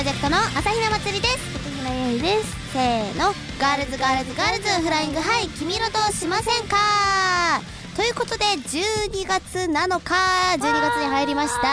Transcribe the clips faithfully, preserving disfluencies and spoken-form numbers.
ロジェクトの朝比奈まつりです。 琴平ゆいです。 せーの、ガールズガールズガールズフライングハイ君色としませんか。ということでじゅうにがつなのか、じゅうにがつに入りました。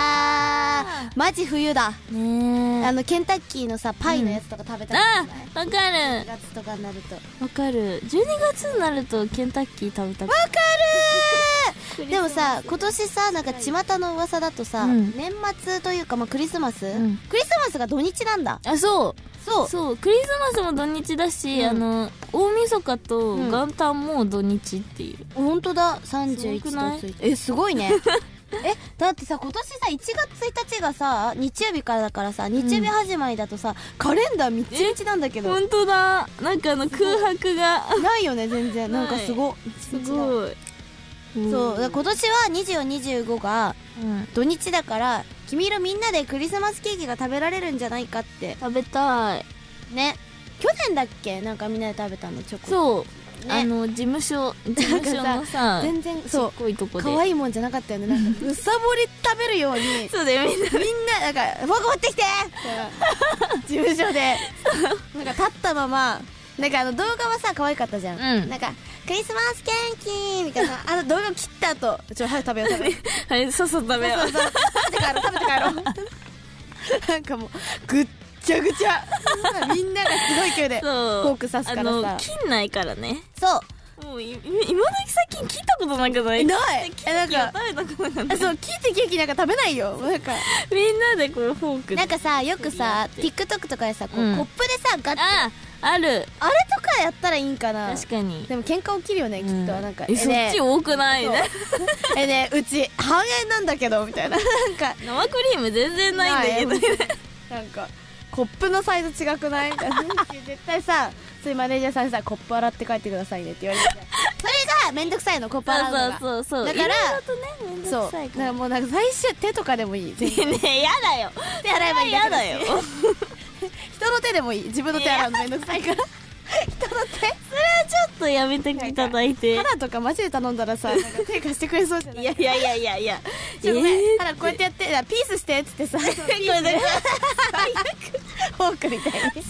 マジ冬だね。 あのケンタッキーのさパイのやつとか食べたり、 あ、わかる。 じゅうにがつとかになるとわかる。じゅうにがつになるとケンタッキー食べたくわかるー。でもさ、今年さ、なんか巷の噂だとさ、うん、年末というか、まあ、クリスマス、うん、クリスマスが土日なんだ。 あ、そうそうそう、クリスマスも土日だし、うん、あの大晦日と元旦も土日っていう、 うん、ほんとだ。さんじゅういちとついたち。え、すごいねえ、だってさ、今年さいちがつついたちがさ日曜日からだからさ、日曜日始まりだとさ、うん、カレンダーみっちみちなんだけど。 ほんとだ。なんかあの空白がないよね全然。なんかすごすごい。 そう、今年はにじゅうよん、にじゅうごが土日だから、君色みんなでクリスマスケーキが食べられるんじゃないかって。 食べたいね。去年だっけ、なんかみんなで食べたのチョコ。 そう、ね、あの事務所事務所のさ全然そう、ちっこいとこで可愛いもんじゃなかったよね。なんかうさぼり食べるようにそうだよ、みんなみんななんか「僕持ってきて!」事務所でなんか立ったまま、なんかあの動画はさ可愛かったじゃん、うん、なんかクリスマスケーキみたいなあの動画を切った後、ちょっと早く食べよう食べようはい、そうそう食べよう、 そうそうそう食べて帰ろう食べて帰ろうなんかもうぐっぐちゃぐちゃみんながすごい勢いでフォーク刺すからさ、あの切んないからね。 そうもうい今だけ最近切ったことなくない？ ないケーキを食べたことなくない？ そう、切ってケーキなんか食べないよ。なんかみんなでこうフォークなんかさ、よくさ TikTok とかでさ、こう、うん、コップでさガッて、 あある、 あれとかやったらいいんかな。 確かに。 でも喧嘩起きるよね、うん、きっと。なんかえ、そっち多くないねえね、うち半円なんだけどみたいななんか生クリーム全然ないんだけどなんかコップのサイズ違くないみたいな絶対さ、そういうマネージャーさんにさ、コップ洗って帰ってくださいねって言われてそれがめんどくさいの、コップ洗うのが。 そうそうそう、 だからそう、だからもうなんか最初手とかでもいい。 ねえ、やだよ、 手洗えばいいだけだよ人の手でもいい、自分の手洗うのめんどくさいから人の手、それはちょっとやめていただいて。 花とかマジで頼んだらさ、なんか手貸してくれそうじゃない？ いやいやいやいやいや、 ちょっとね、花こうやってやって、ピースしてっつってさ、これで最悪フォークみたいに最悪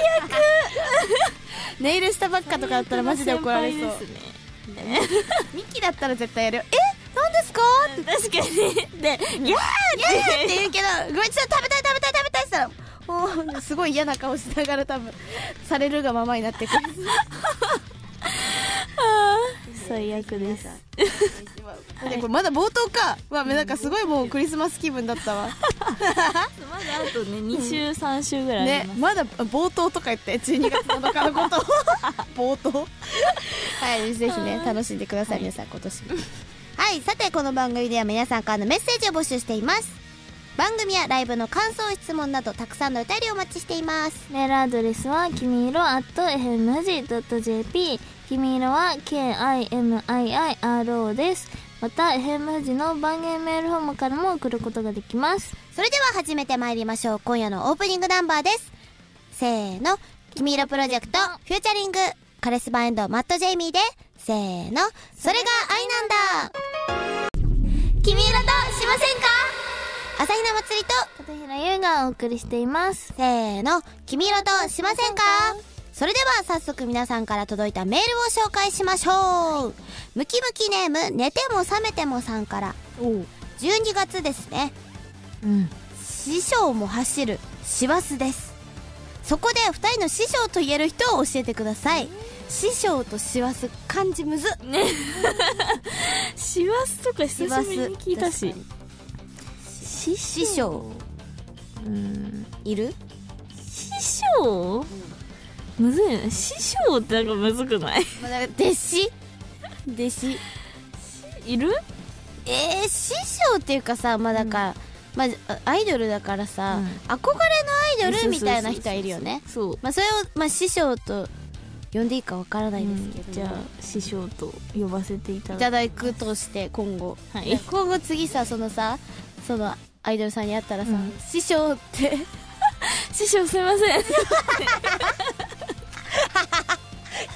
ネイルしたばっかとかだったらマジで怒られそうですね。ミキだったら絶対やるよ。え、なんですかって確かにで、いやーいやーって言うけど、ごめん、ちょっと食べたい食べたい食べたいって言ったらもうすごい嫌な顔しながら多分されるがままになってくる最悪です。 でこれまだ冒頭か。まあなんかすごいもうクリスマス気分だったわまだあとねにしゅうさんしゅうぐらいあります、 ね、まだ冒頭とか言ってじゅうにがつなのかのこと冒頭はい、ぜひね楽しんでください、はい、皆さん今年もはい、さてこの番組では皆さんからのメッセージを募集しています。番組やライブの感想、質問などたくさんのお便りをお待ちしています。 メールアドレスはきみいろ アットエフエムラジドットジェーピー、 きみいろは ケーアイエムアイアイアールオー です。また エフエム ラジの番組メールフォームからも送ることができます。 それでは始めてまいりましょう。今夜のオープニングナンバーです。せーの、きみいろプロジェクトフューチャリングカレスバンドマットジェイミーで、せーの、それが愛なんだ。君色としませんか。朝比奈まつりと琴平ゆうがお送りしています。 せーの、君色としませんか。それでは早速皆さんから届いたメールを紹介しましょう。ムキムキネーム寝ても覚めてもさんから。じゅうにがつですね、うん、師匠も走る師走です。そこでふたりの師匠と言える人を教えてください。師匠と師走漢字むずね師走とか久しぶりに聞いたし。 師匠、うん、いる？ 師匠、うん、むずいね。師匠ってなんかむずくない？ まあ、なんか弟子弟子いる？ えー、師匠っていうかさ、まあだから、うん、まあ、アイドルだからさ、うん、憧れのアイドルみたいな人はいるよね。そう、まあ、それを、まあ、師匠と呼んでいいかわからないですけど、うん、 じゃあ師匠と呼ばせていただくいただくとして今後、はい、今後次さ、そのさ、そのアイドルさんに会ったらさ、うん、師匠って師匠すいません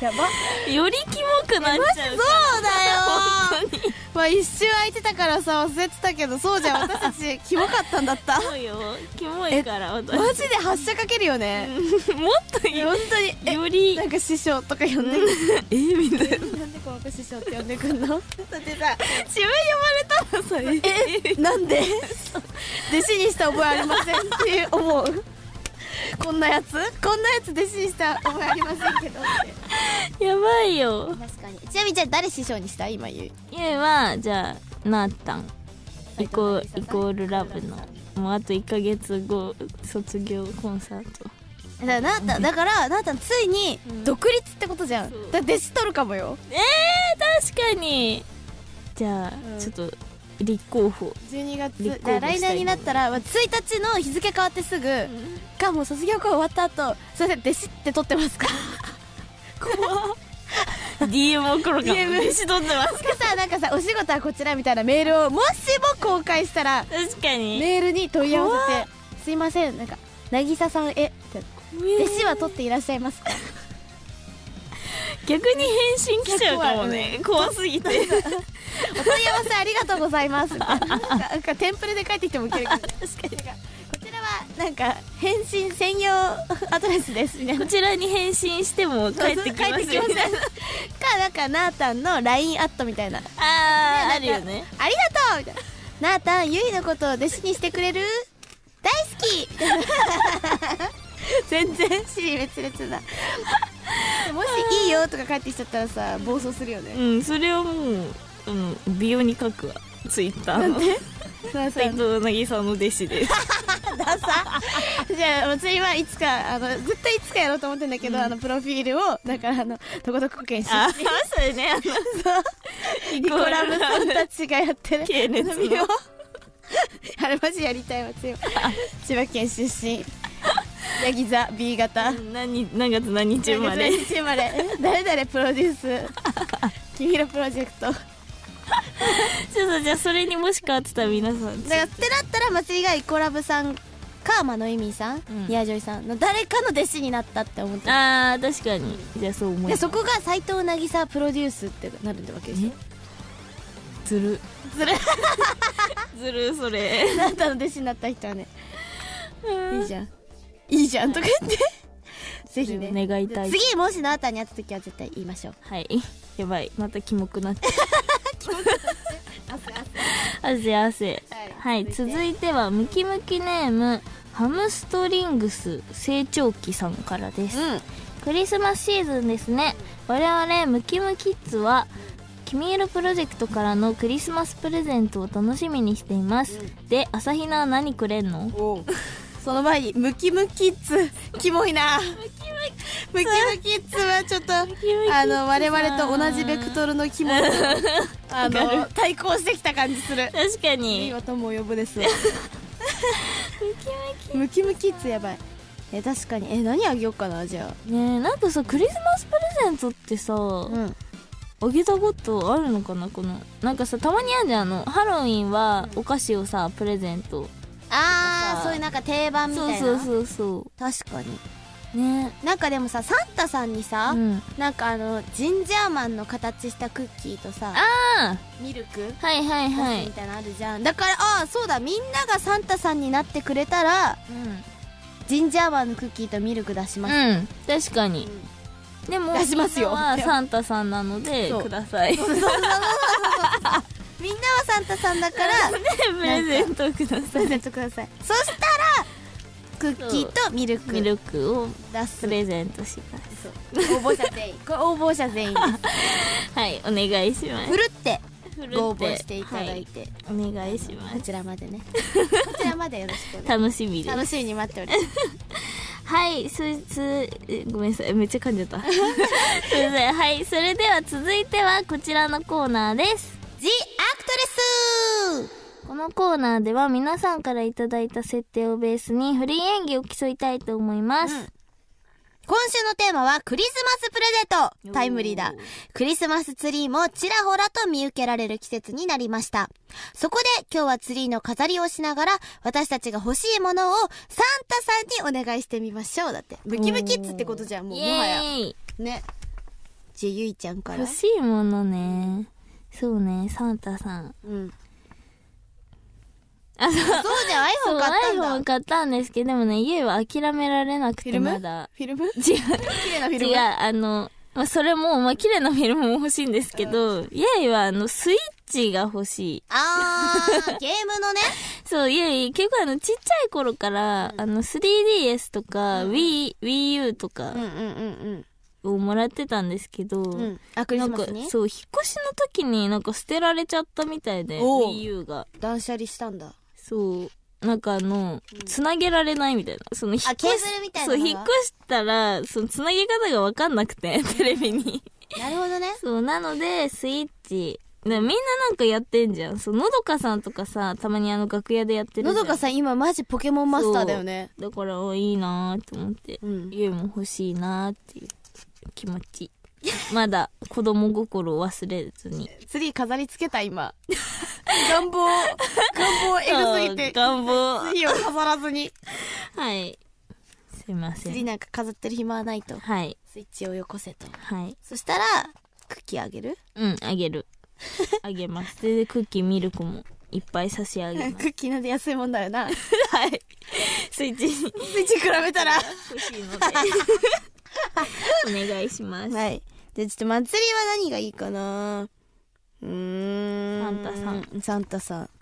やば。 よりキモくなっちゃうから。 そうだよ本当に。 まあ一瞬空いてたからさ忘れてたけど、そうじゃん、私たちキモかったんだった。 そうよ。キモいから私。 マジで発射かけるよね。 もっといい。 本当にえよりなんか師匠とか呼んでえみたいな。 なんでこの子師匠って呼んでくんの？だってさ、 自分呼ばれたのさ。 えなんで弟子にした覚えありませんって思う。こんなやつこんなやつ弟子にした覚えありませんけどって。 やばいよ。 確かに。ちなみにじゃあ誰師匠にした今言う。 ゆいはじゃあナータンイコーイコールラブのもうあといっかげつご卒業コンサート。 だからなーたんだからなーたんついに独立ってことじゃん。 そうだから弟子取るかもよ。 えー、確かに。じゃあ、 うんちょっと立候補。 じゅうにがつ立候補だから来年になったらまあついたちの日付変わってすぐかもう卒業公演終わった後、すいません弟子って取ってますか？怖っ。 ディーエム 送ろうか。 ディーエム弟子取ってます。 かさ、なんかさ、お仕事はこちらみたいなメールをもしも公開したら確かに。 メールに問い合わせて、すいません、なんか渚さんへって弟子は取っていらっしゃいますか？ 逆に返信来ちゃうかもね。怖すぎて。 お問い合わせありがとうございますみたいな。なんかなんかテンプレで書いてきても受けるけど、確かになんかこちらはなんか返信専用アドレスですみたいな。 こちらに返信しても帰ってきます帰ってきますみたいな。 か、なんかなーたんの ライン アットみたいな。 あー、あねるよね。 ありがとうみたいな。なーたん、ゆいのことを弟子にしてくれる？大好き全然尻滅裂だ。もしいいよとか帰ってきちゃったらさ、暴走するよね。 うん、それはもう、うん、美容に書くわ。ツイッターの。 な斉藤渚の弟子です。 ダサ。じゃあもう次はいつかあのずっといつかやろうと思ってんだけど、あのプロフィールをだからあのどこどこ県出あ、 身それね、あの、 イコラブさんたちがやってる系列の飲みをあれマジやりたいわ。千葉県出身、ヤギ座 B 型、 何、何月何日生まれ。 何日生まれ、誰々プロデュース君のプロジェクト。 ちょっとじゃあそれにもし変わってたら皆さん。 だからってなったら祭りがイコラブさんかマノイミーさん、 うんニアジョイさんの誰かの弟子になったって思ってる。 あー、確かに。じゃあそう思います。 でそこが斉藤渚プロデュースってなるわけでしょ。 ずる。 ずるずる、それ。 あなたの弟子になった人はね、いいじゃんいいじゃんとか言ってぜひね願いたい。 次もしなあたに会った時は絶対言いましょう。 はい。やばい。またキモくなっちゃう。汗汗。はい。続いては、ムキムキネーム、ハムストリングス成長期さんからです。 うんクリスマスシーズンですね。我々ムキムキッズは君色プロジェクトからのクリスマスプレゼントを楽しみにしています。で、朝比奈は何くれんの？ おその前にムキムキッズキモいな。ムキムキッズはちょっとあの我々と同じベクトルのキモさあの対抗してきた感じする。 確かいいに。 わとも呼ぶですわ。ムキムキッズやばい。え確かにえ何あげようかなじゃあ。 ねえ、なんかさ、クリスマスプレゼントってさ、 うんあげたことあるのかな。このなんかさ、たまにあるじゃん、あのハロウィンはお菓子をさプレゼント。 あーさそういうなんか定番みたいな。 そうそうそうそ確かに。 うね。 なんかでもさサンタさんにさ、 うん。 なんかあのジンジャーマンの形したクッキーとさあミルクあ、はいはいはい。 みたいなのあるじゃん。だからああそうだ、みんながサンタさんになってくれたらうん。 ジンジャーマンのクッキーとミルク出します。 うん、確かに。でも出しますよみんなはサンタさんなのでそうください。 そうそうそうそうそうみんなはサンタさんだからプレゼントください。 プレゼントください。そしたらクッキーとミルクミルクを出す。 プレゼントします。 応募者全員これ応募者全員です。 はい、お願いします。 ふるってふるってご応募していただいて、 はい、お願いしまこす。 ちらまでねこちらまでよろしくお願いし楽しみです。 ます。楽しみに待っております。 はい、そいつ、えごめんなさい、めっちゃ噛んじゃった。すいません。はい、それでは続いてはこちらのコーナーです。 ジ・アクトレス。 このコーナーでは皆さんからいただいた設定をベースにフリー演技を競いたいと思います。 うん今週のテーマはクリスマスプレゼント。タイムリーだ。クリスマスツリーもちらほらと見受けられる季節になりました。そこで今日はツリーの飾りをしながら私たちが欲しいものをサンタさんにお願いしてみましょう。だってムキムキッズってことじゃん、もうもはやイエーイ。 ね。 じゃあゆいちゃんから。 欲しいものね。そうね、サンタさん。 うん。 あ、そう。 そうじゃん、iPhone 買ったんだ。 iPhone 買ったんですけど、でもね、家は諦められなくてまだ。 フィルム？違う。 綺麗なフィルム？ 違う、あの、まあ、それも、まあ、綺麗なフィルムも欲しいんですけど、イエイは、あの、スイッチが欲しい。 あー、ゲームのね。 そう、イエイ、結構あの、ちっちゃい頃から、うん、あの、スリーディーエス とか、うん、Wii、Wii U とか、 うんうんうんうん。 をもらってたんですけど、うん、 あ、クリスマスに？ なんか、そう、引っ越しの時になんか捨てられちゃったみたいで、Wii U が。 断捨離したんだ。 そう。なんかあの、うん、つなげられないみたいな。その、引っ越し、 あ、ケーブルみたいなのが。 そう、引っ越したら、その、つなげ方がわかんなくて、テレビに。 なるほどね。 そう、なので、スイッチ。みんななんかやってんじゃん。そう、のどかさんとかさ、たまにあの楽屋でやってるじゃん。 のどかさん今マジポケモンマスターだよね。 だから、いいなーと思って。 うん。 家も欲しいなーっていう気持ち。まだ子供心を忘れずに。 ツリー飾り付けた今。願望、願望エグすぎて。 願望。 ツリーを飾らずに。 はい。すいません。 ツリーなんか飾ってる暇はないと。 はい。 スイッチをよこせと。 はい。 そしたら、クッキーあげる？ うん、あげる。あげます。で、クッキーミルクもいっぱい差し上げます。 クッキーなんて安いもんだよな。はい。 スイッチに。スイッチ比べたら。 欲しいので。お願いします。 はい。じゃあちょっと祭りは何がいいかな。うーん。 サンタさん。 サンタさん。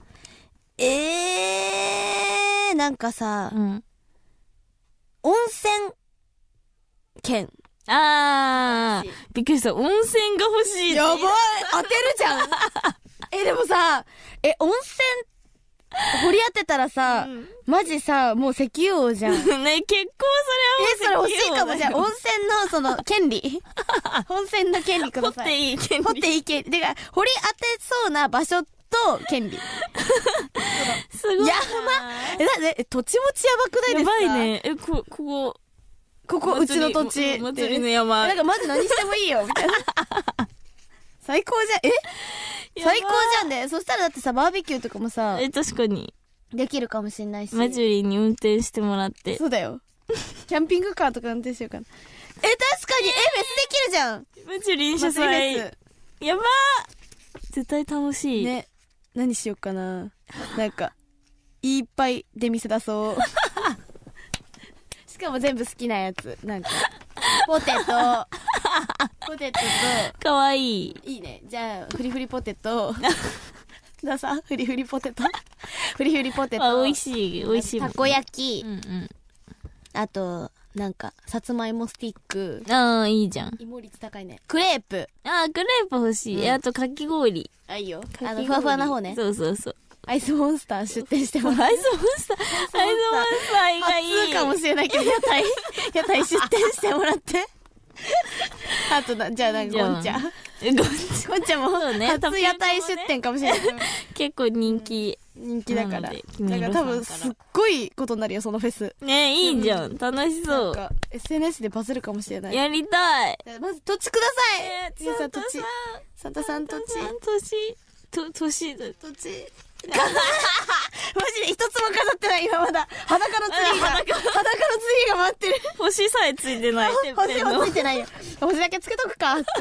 えー、なんかさ、うん、温泉券。 あー、びっくりした。温泉が欲しい。 やばい、当てるじゃん。え、でもさ、え、温泉、掘り当てたらさ、うん、マジさ、もう石油王じゃん。 ね、結構それはもう石油王。え、それ欲しいかも。じゃあ、温泉のその、権利温泉の権利ください。 掘っていい権利。 掘っていい権利。てか、掘り当てそうな場所と権利。 すごい。 やば。え、だって、土地持ちやばくないですか？ やばいね。え、こ、ここ。 ここ、うちの土地。 祭りの山。 なんかマジ何してもいいよ、みたいな。最高じゃん。え最高じゃんね。そしたらだってさ、バーベキューとかもさ、 え、確かに。 できるかもしんないし。 マジュリーに運転してもらって。 そうだよ。キャンピングカーとか運転しようかな。え、確かに、え、フェスできるじゃん。 マジュリー主催。やばー。絶対楽しい。 ね。何しようかな。なんか、いっぱい出店出そう。しかも全部好きなやつ。なんか、ポテト、ポテトと、 かわいい。 いいね。じゃあ、フリフリポテト。ださ、フリフリポテト。フリフリポテト。 あ、美味しい、美味しい。 たこ焼き。 うんうん。 あと、なんか、さつまいもスティック。 ああ、いいじゃん。 芋率高いね。クレープ。 ああ、クレープ欲しい。うん、あと、かき氷。 あ、いいよ。あの、ふわふわな方ね。 そうそうそう。 アイスモンスター出店してます。 アイスモンスターアイスモンスターがいい。 初かもしれないけど、屋台、屋台出店してもらって。あとな、じゃあ、なんか、ゴンチャ。 ゴンチャ。 ゴンチャも、ね、初屋台出店かもしれない。 結構人気。 人気だから。だから多分、すっごいことになるよ、そのフェス。 ねえ、いいじゃん。楽しそう。 なんか、エスエヌエス でバズるかもしれない。 やりたい。 まず、土地ください。 えー、サンタさん。 サンタさん土地。 土地。と、土地だ。 土地。マジで一つも飾ってない、今まだ。裸のツリーが。裸のツリーが待ってる。 星さえついてない。 星はついてないよ。星だけつけとくかって。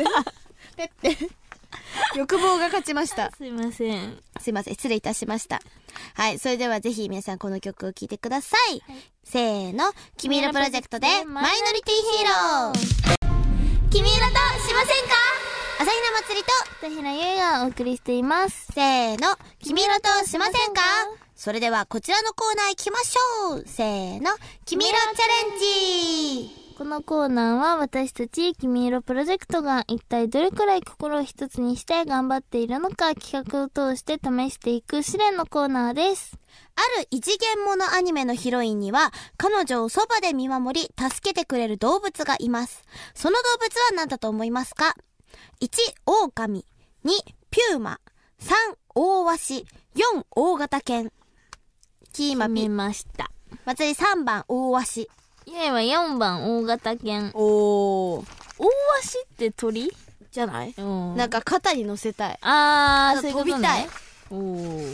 てって。欲望が勝ちました。 すいません。 すいません。失礼いたしました。はい。それではぜひ皆さんこの曲を聴いてください。はい、せーの。君色プロジェクトでマイノリティヒーロー。君色としませんか？朝比奈まつりと田平優がお送りしています。 せーの。君色としませんか？それではこちらのコーナー行きましょう。せーの。君色チャレンジ。 このコーナーは私たち君色プロジェクトが一体どれくらい心を一つにして頑張っているのか企画を通して試していく試練のコーナーです。 ある異次元ものアニメのヒロインには彼女をそばで見守り助けてくれる動物がいます。その動物は何だと思いますか？いち、オオカミ。に、ピューマ。さん、オオワシ。よん、大型犬。 キーマピ。決めました。 まつりさんばん、オオワシ。 イエイはよんばん、大型犬。 おー。 大ワシって鳥じゃない？なんか肩に乗せたい。 あー、 そういうことね、飛びたい。 おー。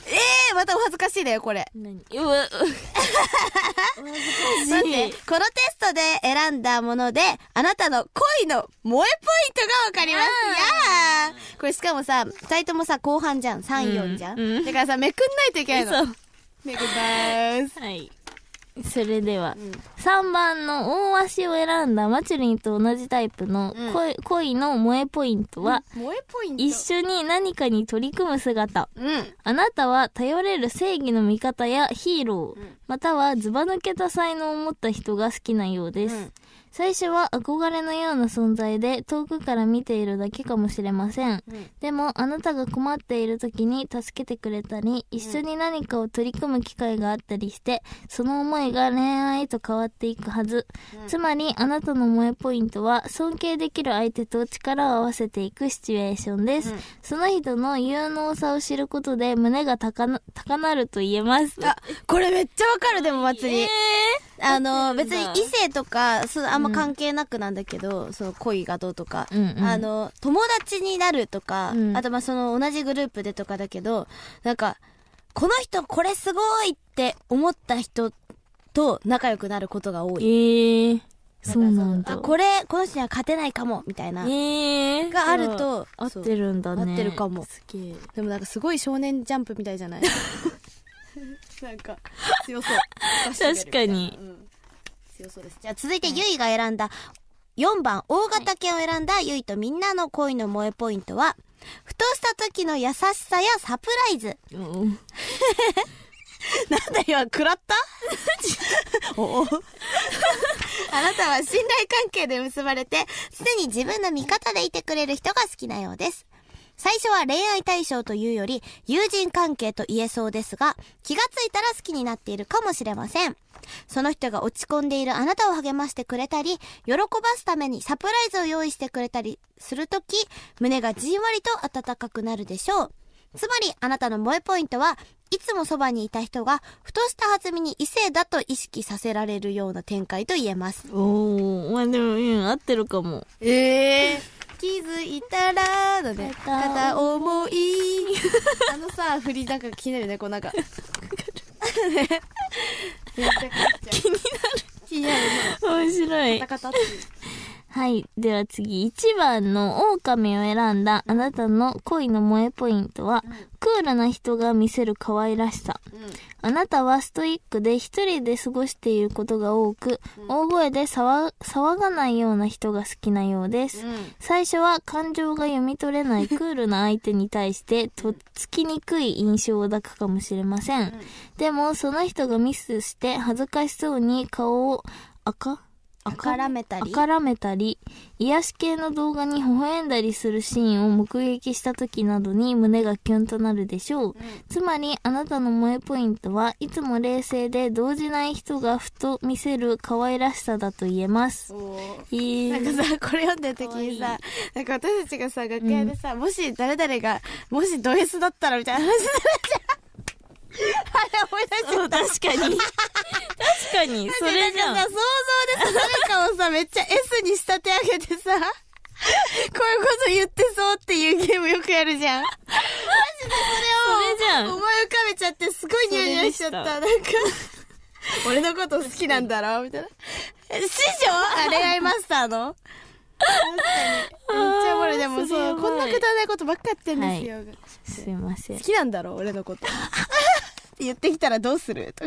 えー、またお恥ずかしいだよ、これ。 何うわ、お恥ずかしい。 待って、このテストで選んだもので、あなたの恋の萌えポイントがわかります。やー。これしかもさ、二人ともさ、後半じゃん。さん、よんじゃん。 うん、 だからさ、めくんないといけないの。 そう。 めくりまーす。 はい。それでは、 うん、 さんばんの大足を選んだマチュリンと同じタイプの恋、うん、恋の萌えポイントは、 うん、萌えポイント、 一緒に何かに取り組む姿、 うん、 あなたは頼れる正義の味方やヒーロー、うん、またはずば抜けた才能を持った人が好きなようです、うん、最初は憧れのような存在で遠くから見ているだけかもしれません、うん、でもあなたが困っている時に助けてくれたり、一緒に何かを取り組む機会があったりして、その思いが恋愛へと変わっていくはず、うん、つまりあなたの萌えポイントは尊敬できる相手と力を合わせていくシチュエーションです、うん、その人の有能さを知ることで胸が高な、高鳴ると言えます。 あ、これめっちゃわかる。でも祭り、えー、あの別に異性とかそうあんま関係なくなんだけど、うん、その恋がどうとか、うんうん、あの友達になるとか、うん、あとまあその同じグループでとかだけど、なんかこの人これすごいって思った人と仲良くなることが多い。 えー、そうなんだ。 あ、これこの人には勝てないかもみたいな、えー、があると合ってるんだね。 合ってるかも。 すげえ。 でもなんかすごい少年ジャンプみたいじゃない？なんか強そう。 確かに、 うん、強そうです。じゃあ続いてゆいが選んだよんばん大型犬を選んだゆいとみんなの恋の萌えポイントは、ふとした時の優しさやサプライズ。うん、なんだよ、食らったおおあなたは信頼関係で結ばれて、常に自分の味方でいてくれる人が好きなようです。最初は恋愛対象というより友人関係と言えそうですが、気がついたら好きになっているかもしれません。その人が落ち込んでいるあなたを励ましてくれたり、喜ばすためにサプライズを用意してくれたりするとき、胸がじんわりと温かくなるでしょう。つまりあなたの萌えポイントは、いつもそばにいた人がふとした弾みに異性だと意識させられるような展開と言えます。 おー、まあでも、うん、合ってるかも。 えー気づいたらのね、片思いあのさ、振りなんか気になるね、こうなんかね、気になる気になるね、 面白い。 カタカタってはい。では次、いちばんの狼を選んだあなたの恋の萌えポイントは、うん、クールな人が見せる可愛らしさ、うん、あなたはストイックで一人で過ごしていることが多く、うん、大声で騒、騒がないような人が好きなようです、うん、最初は感情が読み取れないクールな相手に対してとっつきにくい印象を抱くかもしれません、うん、でもその人がミスして恥ずかしそうに顔を赤あからめたりあからめたり癒し系の動画に微笑んだりするシーンを目撃した時などに胸がキュンとなるでしょう、うん、つまりあなたの萌えポイントはいつも冷静で動じない人がふと見せる可愛らしさだと言えます。 えー、なんかさ、これ読んでる時にさ、なんか私たちがさ楽屋でさ、うん、もし誰々がもしド S だったらみたいな話になるじゃんあれ思い出しちゃった。 確かに確かにそれじゃん。 なんかさ、想像でさ、誰かをさめっちゃ S に仕立て上げてさこういうこと言ってそうっていうゲームよくやるじゃん。マジでそれを思い浮かべちゃってすごいニヤニヤしちゃった。なんか俺のこと好きなんだろみたいな。師匠あ恋愛マスターの確かにめっちゃおもろい。でもそうこんなくだらないことばっかやってんですよ、はい、 すいません。 好きなんだろ俺のことって言ってきたらどうするとか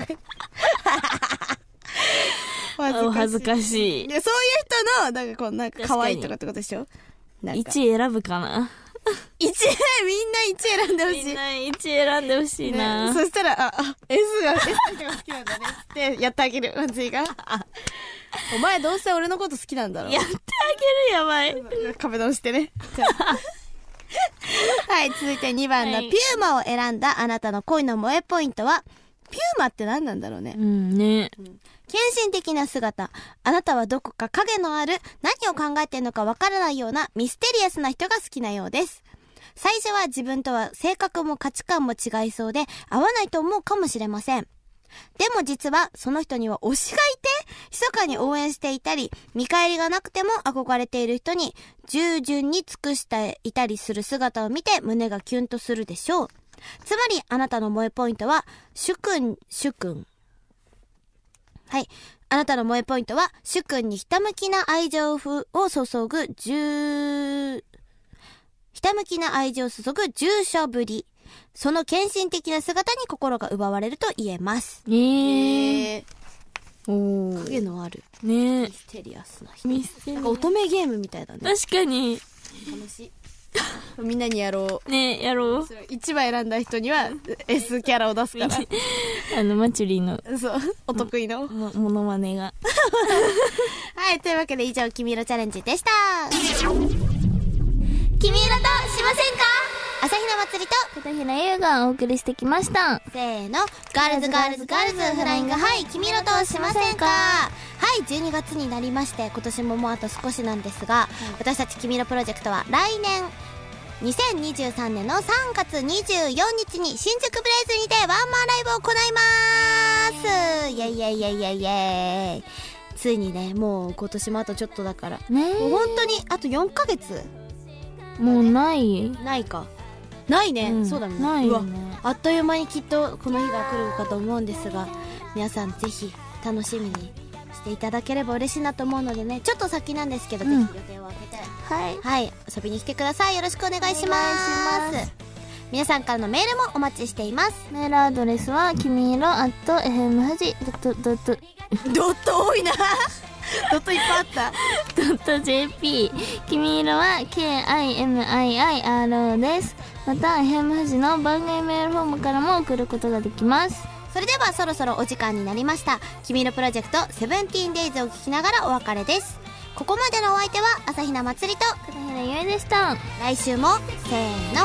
お恥ずかしい。 いやそういう人のなんかこうなんか可愛いとかってことでしょ。 いち選ぶかな。 いちみんないち選んでほしい。 みんないち選んでほしいな、 ね、そしたらああ S が S が好きなんだねってやってあげる。松井がお前どうせ俺のこと好きなんだろ。 やってあげる。やばい。 壁ドンしてねはい続いてにばんのピューマを選んだあなたの恋の萌えポイントは、ピューマって何なんだろうね。 うんね、うん、 献身的な姿。あなたはどこか影のある何を考えているのかわからないようなミステリアスな人が好きなようです。最初は自分とは性格も価値観も違いそうで合わないと思うかもしれません。でも実はその人には推しがいて密かに応援していたり、見返りがなくても憧れている人に従順に尽くしていたりする姿を見て胸がキュンとするでしょう。 つまりあなたの萌えポイントは主君主君はいあなたの萌えポイントは主君にひたむきな愛情を注ぐ重ひたむきな愛情を注ぐ従者ぶり、その献身的な姿に心が奪われると言えます。 えー、 えー、おー、影のあるねミステリアスな人。 ミステリアス。 なんか乙女ゲームみたいだね。 確かに。 楽しい。みんなにやろう。 ねやろう。 一番選んだ人には S キャラを出すから。 あのマチュリーのそうお得意のもモノマネが。 はい、というわけで以上君色チャレンジでした。君色としませんか。朝比奈まつりと片平優がお送りしてきました。 せーの、ガールズガールズガールズフライングはい君色としませんか。はい、じゅうにがつになりまして、今年ももうあと少しなんですが、はい、私たち君色プロジェクトは来年にせんにじゅうさんねんのさんがつにじゅうよっかに新宿ブレイズにてワンマンライブを行います。イェイイェイイェイイェイイェイ。ついにね、もう今年もあとちょっとだからね、もう本当にあとよんかげつもうないないかないね、うん、そうだね、 ないよね。 うわ、あっという間にきっとこの日が来るかと思うんですが、皆さんぜひ楽しみにしていただければ嬉しいなと思うのでね、ちょっと先なんですけど、うん、ぜひ予定を空けてはいはい遊びに来てください。よろしくお願いします。ます皆さんからのメールもお待ちしています。 メールアドレスはきみいろ アット エフエム 富士 ドットドットドット多いなドットいっぱいあったドット ジェーピー きみいろは ケーアイエムアイアイアールオー です。また エフエム 富士の番組メールフォームからも送ることができます。 それではそろそろお時間になりました。君色プロジェクトセブンティーンデイズを聞きながらお別れです。ここまでのお相手は朝比奈まつりと片平優でした。 来週もせーの